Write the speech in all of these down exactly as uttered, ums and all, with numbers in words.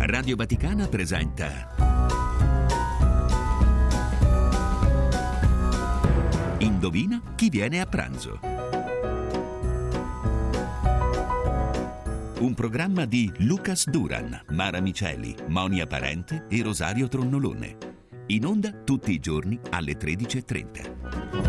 Radio Vaticana presenta Indovina chi viene a pranzo. Un programma di Lucas Duran, Mara Miceli, Monia Parente e Rosario Tronnolone. In onda tutti i giorni alle tredici e trenta.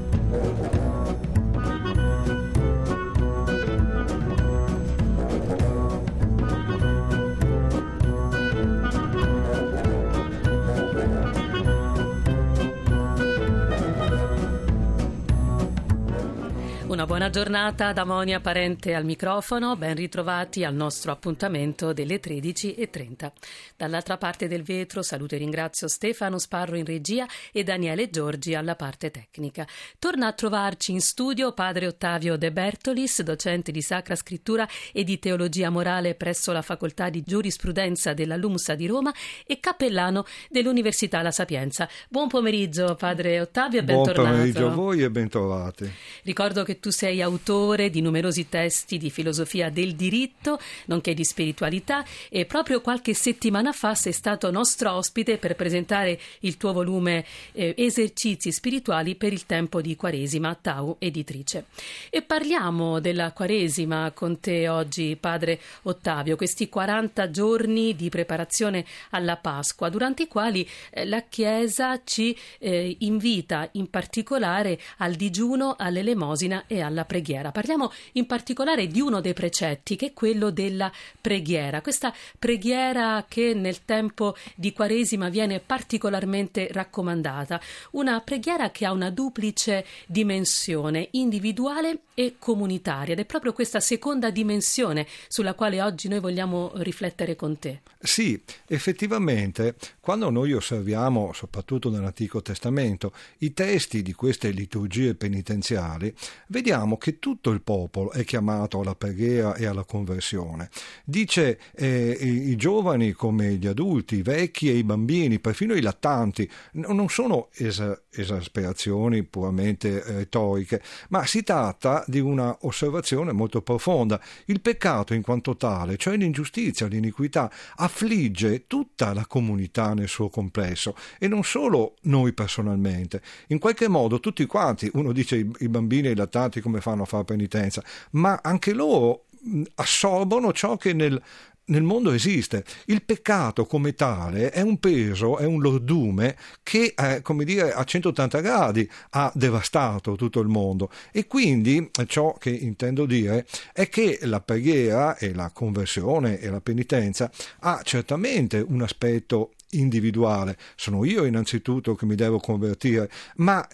Una buona giornata da Monia Parente al microfono, ben ritrovati al nostro appuntamento delle tredici e trenta. Dall'altra parte del vetro saluto e ringrazio Stefano Sparro in regia e Daniele Giorgi alla parte tecnica. Torna a trovarci in studio padre Ottavio De Bertolis, docente di Sacra Scrittura e di Teologia Morale presso la Facoltà di Giurisprudenza della LUMSA di Roma e cappellano dell'Università La Sapienza. Buon pomeriggio padre Ottavio e bentornato. Buon pomeriggio a voi e bentrovati. Ricordo che tu sei autore di numerosi testi di filosofia del diritto, nonché di spiritualità, e proprio qualche settimana fa sei stato nostro ospite per presentare il tuo volume eh, Esercizi spirituali per il tempo di Quaresima, Tau Editrice. E parliamo della Quaresima con te oggi, padre Ottavio, questi quaranta giorni di preparazione alla Pasqua, durante i quali eh, la Chiesa ci eh, invita in particolare al digiuno, all'elemosina e alla preghiera. Parliamo in particolare di uno dei precetti, che è quello della preghiera. Questa preghiera che nel tempo di Quaresima viene particolarmente raccomandata. Una preghiera che ha una duplice dimensione, individuale e comunitaria. Ed è proprio questa seconda dimensione sulla quale oggi noi vogliamo riflettere con te. Sì, effettivamente, quando noi osserviamo, soprattutto nell'Antico Testamento, i testi di queste liturgie penitenziali, vediamo che tutto il popolo è chiamato alla preghiera e alla conversione. Dice eh, i, i giovani come gli adulti, i vecchi e i bambini, perfino i lattanti, non sono es- esasperazioni puramente retoriche, ma si tratta di una osservazione molto profonda. Il peccato in quanto tale, cioè l'ingiustizia, l'iniquità, affligge tutta la comunità nel suo complesso e non solo noi personalmente. In qualche modo tutti quanti, uno dice i, i bambini e i lattanti come fanno a fare penitenza, ma anche loro assorbono ciò che nel Nel mondo esiste. Il peccato come tale è un peso, è un lordume che, eh, come dire, a centottanta gradi ha devastato tutto il mondo. E quindi ciò che intendo dire è che la preghiera e la conversione e la penitenza ha certamente un aspetto individuale. Sono io innanzitutto che mi devo convertire, ma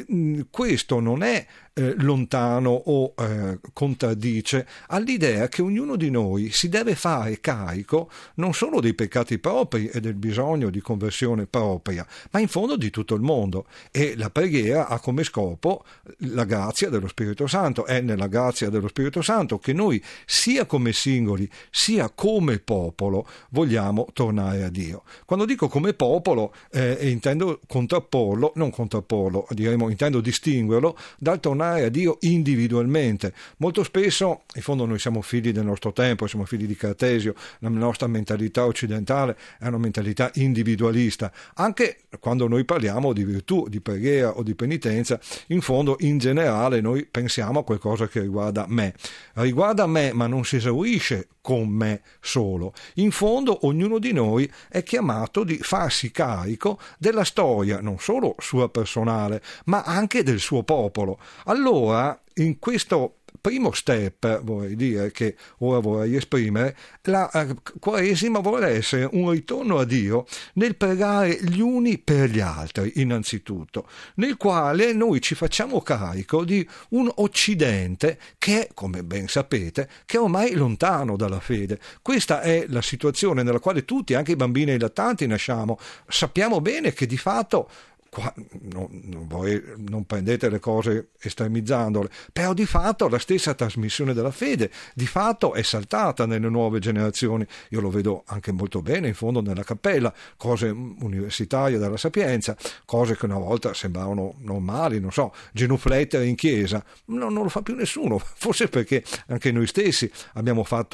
questo non è eh, lontano o eh, contraddice all'idea che ognuno di noi si deve fare carico non solo dei peccati propri e del bisogno di conversione propria, ma in fondo di tutto il mondo. E la preghiera ha come scopo la grazia dello Spirito Santo. È nella grazia dello Spirito Santo che noi, sia come singoli sia come popolo, vogliamo tornare a Dio. Quando dico come popolo eh, intendo contrapporlo, non contrapporlo, diremo intendo distinguerlo dal tornare a Dio individualmente. Molto spesso, in fondo noi siamo figli del nostro tempo, siamo figli di Cartesio, la nostra mentalità occidentale è una mentalità individualista. Anche quando noi parliamo di virtù, di preghiera o di penitenza, in fondo in generale noi pensiamo a qualcosa che riguarda me. Riguarda me, ma non si esaurisce con me solo. In fondo ognuno di noi è chiamato di farsi carico della storia, non solo sua personale, ma anche del suo popolo. Allora, in questo primo step, vorrei dire, che ora vorrei esprimere, la eh, Quaresima vuole essere un ritorno a Dio nel pregare gli uni per gli altri, innanzitutto, nel quale noi ci facciamo carico di un Occidente che è, come ben sapete, che è ormai lontano dalla fede. Questa è la situazione nella quale tutti, anche i bambini e i lattanti, nasciamo. Sappiamo bene che di fatto Qua, no, non, vorrei, non prendete le cose estremizzandole, però di fatto la stessa trasmissione della fede di fatto è saltata nelle nuove generazioni. Io lo vedo anche molto bene in fondo nella cappella, cose universitarie della Sapienza, cose che una volta sembravano normali, non so, genuflettere in chiesa, no, non lo fa più nessuno, forse perché anche noi stessi abbiamo fatto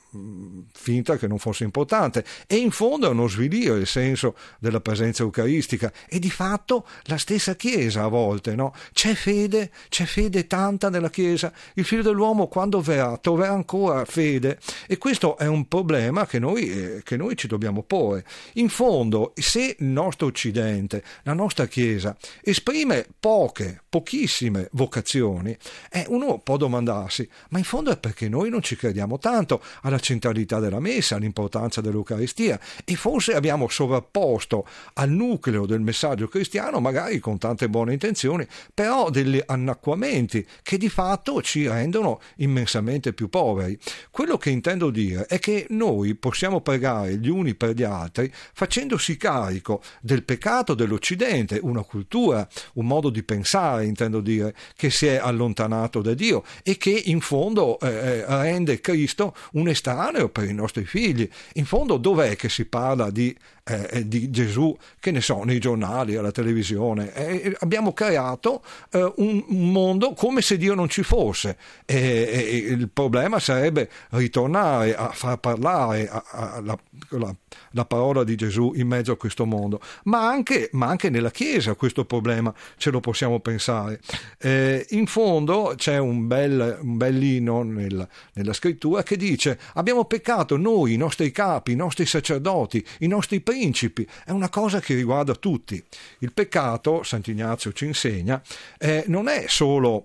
finta che non fosse importante, e in fondo è uno svilire il senso della presenza eucaristica, e di fatto la stessa Chiesa a volte, no? C'è fede, c'è fede tanta nella Chiesa, il Figlio dell'uomo quando verrà troverà ancora fede, e questo è un problema che noi, eh, che noi ci dobbiamo porre. In fondo, se il nostro Occidente, la nostra Chiesa esprime poche, pochissime vocazioni, eh, uno può domandarsi, ma in fondo è perché noi non ci crediamo tanto alla centralità della messa, all'importanza dell'Eucaristia, e forse abbiamo sovrapposto al nucleo del messaggio cristiano, magari con tante buone intenzioni, però degli annacquamenti che di fatto ci rendono immensamente più poveri. Quello che intendo dire è che noi possiamo pregare gli uni per gli altri facendosi carico del peccato dell'Occidente, una cultura, un modo di pensare, intendo dire, che si è allontanato da Dio e che in fondo eh, rende Cristo un estraneo per i nostri figli. In fondo dov'è che si parla di, eh, di Gesù, che ne so, nei giornali, alla televisione? Eh, abbiamo creato eh, un, un mondo come se Dio non ci fosse, e, e il problema sarebbe ritornare a far parlare a, a, la, la, la parola di Gesù in mezzo a questo mondo, ma anche, ma anche nella Chiesa questo problema ce lo possiamo pensare. Eh, in fondo c'è un bel, un bell'inno nel, nella scrittura che dice: abbiamo peccato noi, i nostri capi, i nostri sacerdoti, i nostri principi. È una cosa che riguarda tutti. Il peccato, Sant'Ignazio ci insegna, eh, non è solo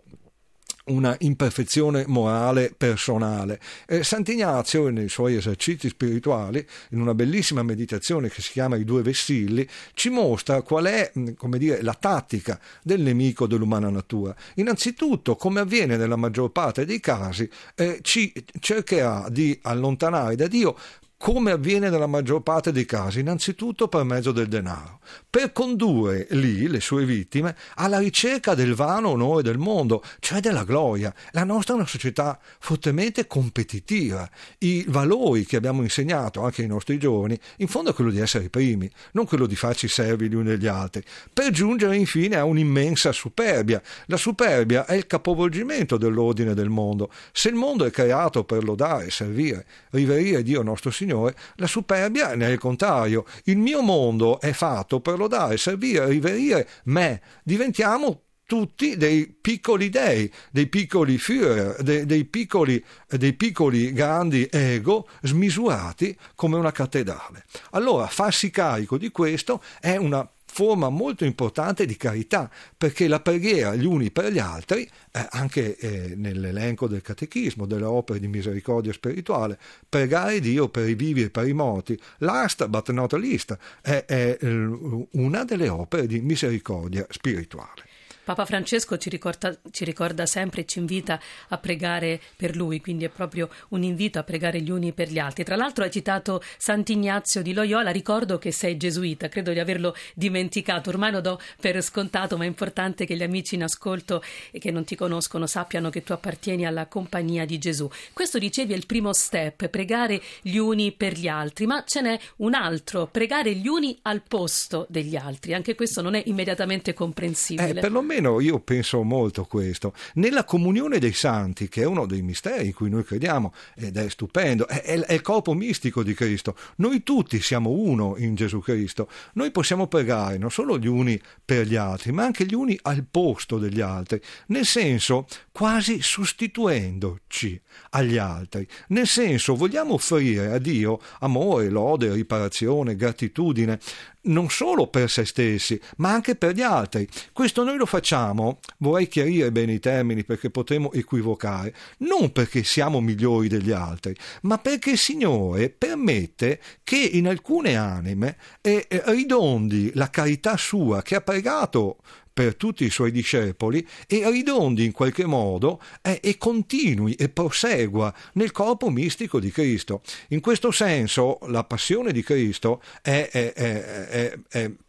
una imperfezione morale personale. Eh, Sant'Ignazio, nei suoi esercizi spirituali, in una bellissima meditazione che si chiama I due vessilli, ci mostra qual è, come dire, la tattica del nemico dell'umana natura. Innanzitutto, come avviene nella maggior parte dei casi, eh, ci cercherà di allontanare da Dio, come avviene nella maggior parte dei casi, innanzitutto per mezzo del denaro, per condurre lì le sue vittime alla ricerca del vano onore del mondo, cioè della gloria. La nostra è una società fortemente competitiva. I valori che abbiamo insegnato anche ai nostri giovani, in fondo è quello di essere i primi, non quello di farci servi gli uni degli altri, per giungere infine a un'immensa superbia. La superbia è il capovolgimento dell'ordine del mondo. Se il mondo è creato per lodare, servire, riverire Dio nostro Signore, la superbia è il contrario. Il mio mondo è fatto per lodare, servire, riverire me. Diventiamo tutti dei piccoli dei, dei piccoli Führer, dei, dei, piccoli, dei piccoli grandi ego smisurati come una cattedrale. Allora, farsi carico di questo è una forma molto importante di carità, perché la preghiera gli uni per gli altri, eh, anche eh, nell'elenco del catechismo, delle opere di misericordia spirituale, pregare Dio per i vivi e per i morti, last but not least, è, è una delle opere di misericordia spirituale. Papa Francesco ci ricorda, ci ricorda sempre e ci invita a pregare per lui, quindi è proprio un invito a pregare gli uni per gli altri. Tra l'altro hai citato Sant'Ignazio di Loyola, ricordo che sei gesuita, credo di averlo dimenticato, ormai lo do per scontato, ma è importante che gli amici in ascolto e che non ti conoscono sappiano che tu appartieni alla Compagnia di Gesù. Questo, dicevi, è il primo step, pregare gli uni per gli altri, ma ce n'è un altro, pregare gli uni al posto degli altri. Anche questo non è immediatamente comprensibile. Eh, perlomeno io penso molto questo. Nella comunione dei santi, che è uno dei misteri in cui noi crediamo, ed è stupendo, è, è il corpo mistico di Cristo. Noi tutti siamo uno in Gesù Cristo. Noi possiamo pregare non solo gli uni per gli altri, ma anche gli uni al posto degli altri, nel senso quasi sostituendoci agli altri. Nel senso, vogliamo offrire a Dio amore, lode, riparazione, gratitudine, non solo per se stessi, ma anche per gli altri. Questo noi lo facciamo, vorrei chiarire bene i termini perché potremmo equivocare, non perché siamo migliori degli altri, ma perché il Signore permette che in alcune anime eh, ridondi la carità sua che ha pregato per tutti i suoi discepoli e ridondi in qualche modo eh, e continui e prosegua nel corpo mistico di Cristo. In questo senso la passione di Cristo è, è, è, è, è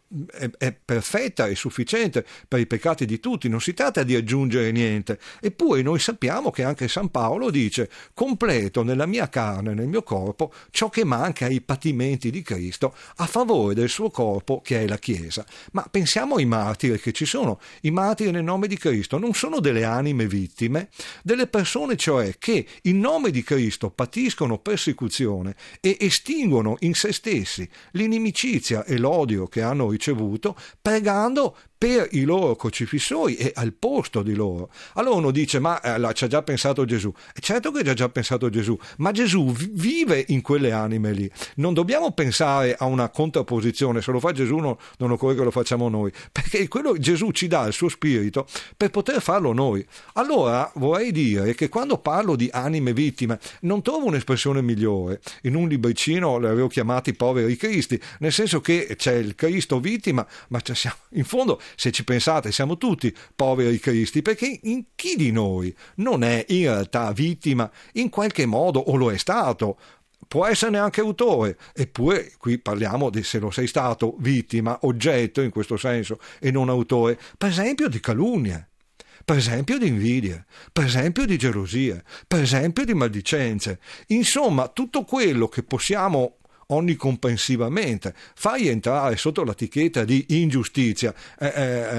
È, è perfetta e sufficiente per i peccati di tutti, non si tratta di aggiungere niente. Eppure noi sappiamo che anche San Paolo dice: completo nella mia carne, nel mio corpo, ciò che manca ai patimenti di Cristo a favore del suo corpo che è la Chiesa. Ma pensiamo ai martiri che ci sono. I martiri nel nome di Cristo non sono delle anime vittime, delle persone cioè che in nome di Cristo patiscono persecuzione e estinguono in se stessi l'inimicizia e l'odio che hanno ricevuto, pregando per i loro crocifissori e al posto di loro. Allora uno dice: ma eh, ci ha già pensato Gesù. E certo che ci ha già pensato Gesù, ma Gesù vive in quelle anime lì. Non dobbiamo pensare a una contrapposizione: se lo fa Gesù no, non occorre che lo facciamo noi, perché quello Gesù ci dà il suo spirito per poter farlo noi. Allora vorrei dire che quando parlo di anime vittime non trovo un'espressione migliore. In un libricino li avevo chiamati poveri cristi, nel senso che c'è il Cristo vittima, ma siamo, in fondo, se ci pensate, siamo tutti poveri cristi, perché in chi di noi non è in realtà vittima in qualche modo, o lo è stato? Può esserne anche autore, eppure qui parliamo di se lo sei stato vittima, oggetto in questo senso, e non autore, per esempio di calunnie, per esempio di invidie, per esempio di gelosie, per esempio di maldicenze. Insomma, tutto quello che possiamo onnicomprensivamente fai entrare sotto l'etichetta di ingiustizia. Eh,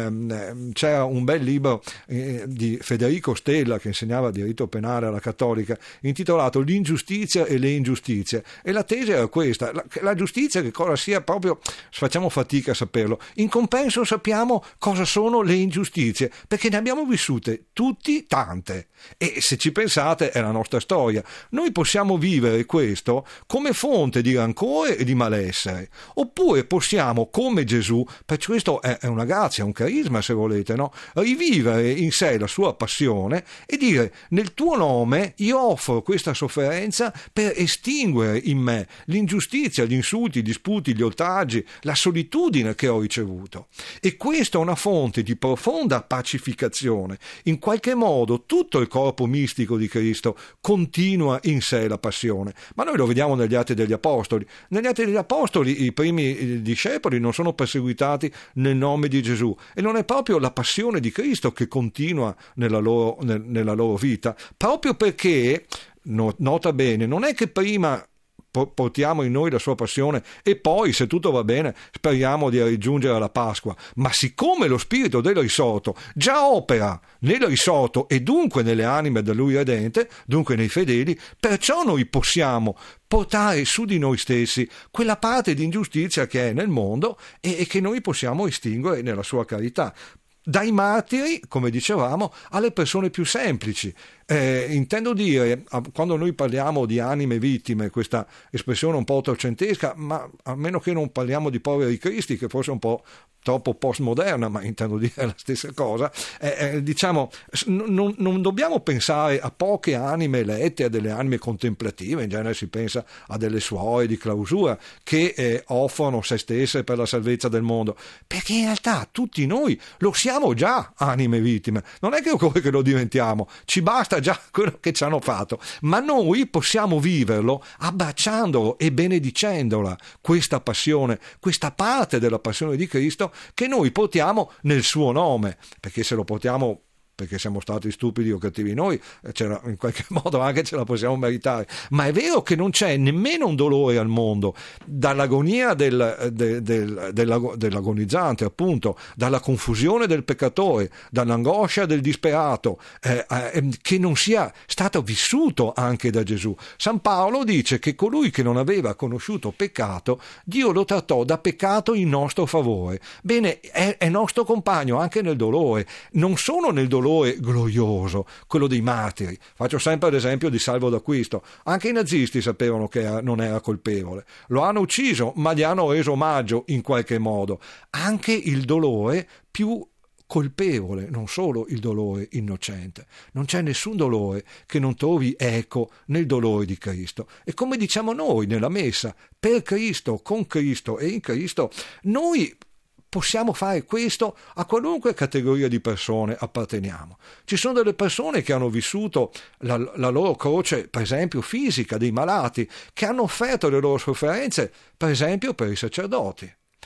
eh, c'era un bel libro eh, di Federico Stella che insegnava diritto penale alla Cattolica, intitolato L'ingiustizia e le ingiustizie, e la tesi era questa: la, la giustizia che cosa sia proprio facciamo fatica a saperlo, in compenso sappiamo cosa sono le ingiustizie, perché ne abbiamo vissute tutti tante, e se ci pensate è la nostra storia. Noi possiamo vivere questo come fonte di rancore e di malessere, oppure possiamo, come Gesù, per questo è una grazia, un carisma se volete, no? Rivivere in sé la sua passione e dire: nel tuo nome io offro questa sofferenza per estinguere in me l'ingiustizia, gli insulti, i disputi, gli oltraggi, la solitudine che ho ricevuto. E questa è una fonte di profonda pacificazione. In qualche modo tutto il corpo mistico di Cristo continua in sé la passione, ma noi lo vediamo negli Atti degli Apostoli. Negli Atti degli Apostoli i primi discepoli non sono perseguitati nel nome di Gesù, e non è proprio la passione di Cristo che continua nella loro, nel, nella loro vita, proprio perché, no, nota bene, non è che prima portiamo in noi la sua passione e poi, se tutto va bene, speriamo di raggiungere la Pasqua, ma siccome lo spirito del risorto già opera nel risorto e dunque nelle anime da lui redente, dunque nei fedeli, perciò noi possiamo portare su di noi stessi quella parte di ingiustizia che è nel mondo e, e che noi possiamo estinguere nella sua carità. Dai martiri, come dicevamo, alle persone più semplici. Eh, intendo dire, quando noi parliamo di anime vittime, questa espressione un po' ottocentesca, ma a meno che non parliamo di poveri cristi, che forse è un po' troppo postmoderna, ma intendo dire la stessa cosa, eh, eh, diciamo, non, non dobbiamo pensare a poche anime elette, a delle anime contemplative, in genere si pensa a delle suore di clausura che eh, offrono se stesse per la salvezza del mondo, perché in realtà tutti noi lo siamo già anime vittime, non è che occorre che lo diventiamo, ci basta già quello che ci hanno fatto, ma noi possiamo viverlo abbracciandolo e benedicendola, questa passione, questa parte della passione di Cristo che noi portiamo nel suo nome, perché se lo portiamo perché siamo stati stupidi o cattivi noi, in qualche modo anche ce la possiamo meritare, ma è vero che non c'è nemmeno un dolore al mondo, dall'agonia del, del, del, dell'agonizzante, appunto, dalla confusione del peccatore, dall'angoscia del disperato, eh, eh, che non sia stato vissuto anche da Gesù. San Paolo dice che colui che non aveva conosciuto peccato, Dio lo trattò da peccato in nostro favore. Bene, è, è nostro compagno anche nel dolore, non solo nel dolore glorioso, quello dei martiri. Faccio sempre l'esempio di Salvo d'Acquisto. Anche i nazisti sapevano che era, non era colpevole, lo hanno ucciso, ma gli hanno reso omaggio in qualche modo. Anche il dolore più colpevole, non solo il dolore innocente. Non c'è nessun dolore che non trovi eco nel dolore di Cristo. E come diciamo noi nella messa, per Cristo, con Cristo e in Cristo, noi possiamo fare questo a qualunque categoria di persone apparteniamo. Ci sono delle persone che hanno vissuto la, la loro croce, per esempio fisica, dei malati, che hanno offerto le loro sofferenze, per esempio per i sacerdoti.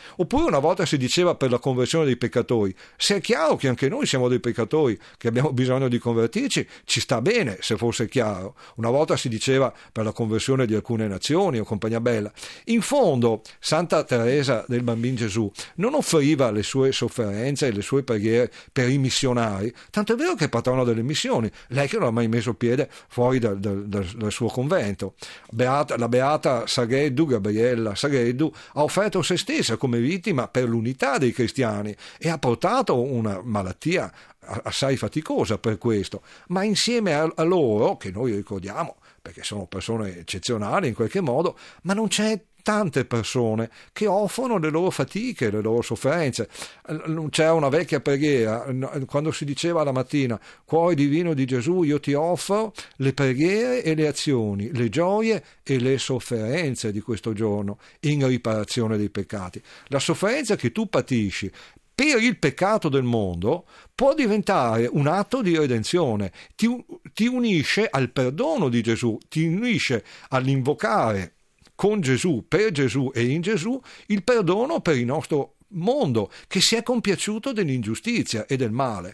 Oppure una volta si diceva per la conversione dei peccatori. Se è chiaro che anche noi siamo dei peccatori, che abbiamo bisogno di convertirci, ci sta bene se fosse chiaro. Una volta si diceva per la conversione di alcune nazioni o compagnia bella. In fondo, Santa Teresa del Bambino Gesù non offriva le sue sofferenze e le sue preghiere per i missionari, tanto è vero che è patrona delle missioni, lei che non ha mai messo piede fuori dal, dal, dal, dal suo convento. Beata, la beata Sagreddu, Gabriella Sagreddu, ha offerto se stessa come vittima per l'unità dei cristiani e ha portato una malattia assai faticosa per questo, ma insieme a, a loro, che noi ricordiamo perché sono persone eccezionali in qualche modo, ma non c'è tante persone che offrono le loro fatiche, le loro sofferenze. C'era una vecchia preghiera quando si diceva la mattina: cuore divino di Gesù, io ti offro le preghiere e le azioni, le gioie e le sofferenze di questo giorno in riparazione dei peccati. La sofferenza che tu patisci per il peccato del mondo può diventare un atto di redenzione, ti, ti unisce al perdono di Gesù, ti unisce all'invocare con Gesù, per Gesù e in Gesù il perdono per il nostro mondo che si è compiaciuto dell'ingiustizia e del male.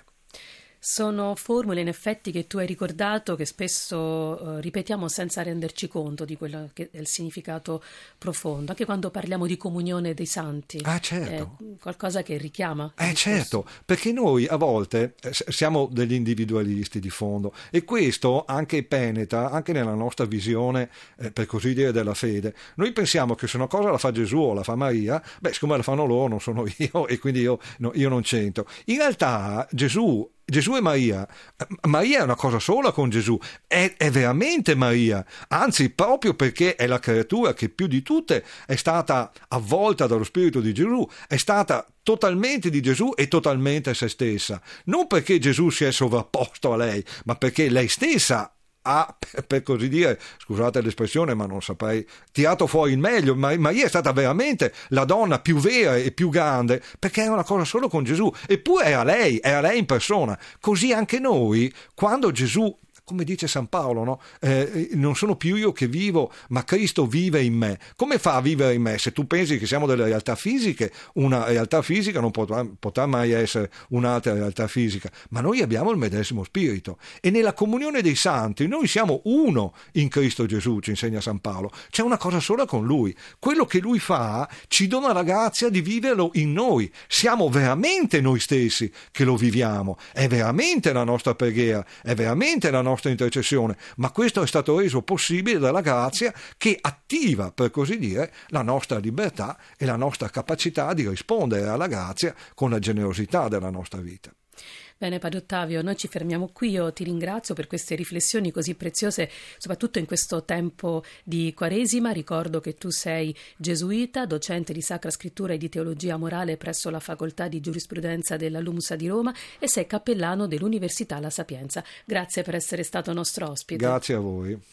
Sono formule in effetti che tu hai ricordato, che spesso eh, ripetiamo senza renderci conto di quello che è il significato profondo, anche quando parliamo di comunione dei santi. Ah, certo. È qualcosa che richiama. Eh certo, perché noi a volte eh, siamo degli individualisti di fondo e questo anche penetra anche nella nostra visione, eh, per così dire, della fede. Noi pensiamo che se una cosa la fa Gesù o la fa Maria, beh, siccome la fanno loro non sono io e quindi io, no, io non c'entro. In realtà Gesù Gesù e Maria, Maria è una cosa sola con Gesù, è, è veramente Maria, anzi proprio perché è la creatura che più di tutte è stata avvolta dallo Spirito di Gesù, è stata totalmente di Gesù e totalmente se stessa, non perché Gesù si è sovrapposto a lei, ma perché lei stessa ha, per così dire, scusate l'espressione ma non saprei, tirato fuori il meglio. Maria è stata veramente la donna più vera e più grande perché era una cosa solo con Gesù, eppure era lei, era lei in persona. Così anche noi, quando Gesù, come dice San Paolo, no? Eh, non sono più io che vivo, ma Cristo vive in me. Come fa a vivere in me? Se tu pensi che siamo delle realtà fisiche, una realtà fisica non potrà, potrà mai essere un'altra realtà fisica, ma noi abbiamo il medesimo spirito e nella comunione dei santi noi siamo uno in Cristo Gesù, ci insegna San Paolo. C'è una cosa sola con Lui. Quello che Lui fa ci dona la grazia di viverlo in noi. Siamo veramente noi stessi che lo viviamo. È veramente la nostra preghiera, è veramente la nostra intercessione, ma questo è stato reso possibile dalla grazia che attiva, per così dire, la nostra libertà e la nostra capacità di rispondere alla grazia con la generosità della nostra vita. Bene, Padre Ottavio, noi ci fermiamo qui. Io ti ringrazio per queste riflessioni così preziose, soprattutto in questo tempo di Quaresima. Ricordo che tu sei gesuita, docente di Sacra Scrittura e di Teologia Morale presso la Facoltà di Giurisprudenza della LUMSA di Roma e sei cappellano dell'Università La Sapienza. Grazie per essere stato nostro ospite. Grazie a voi.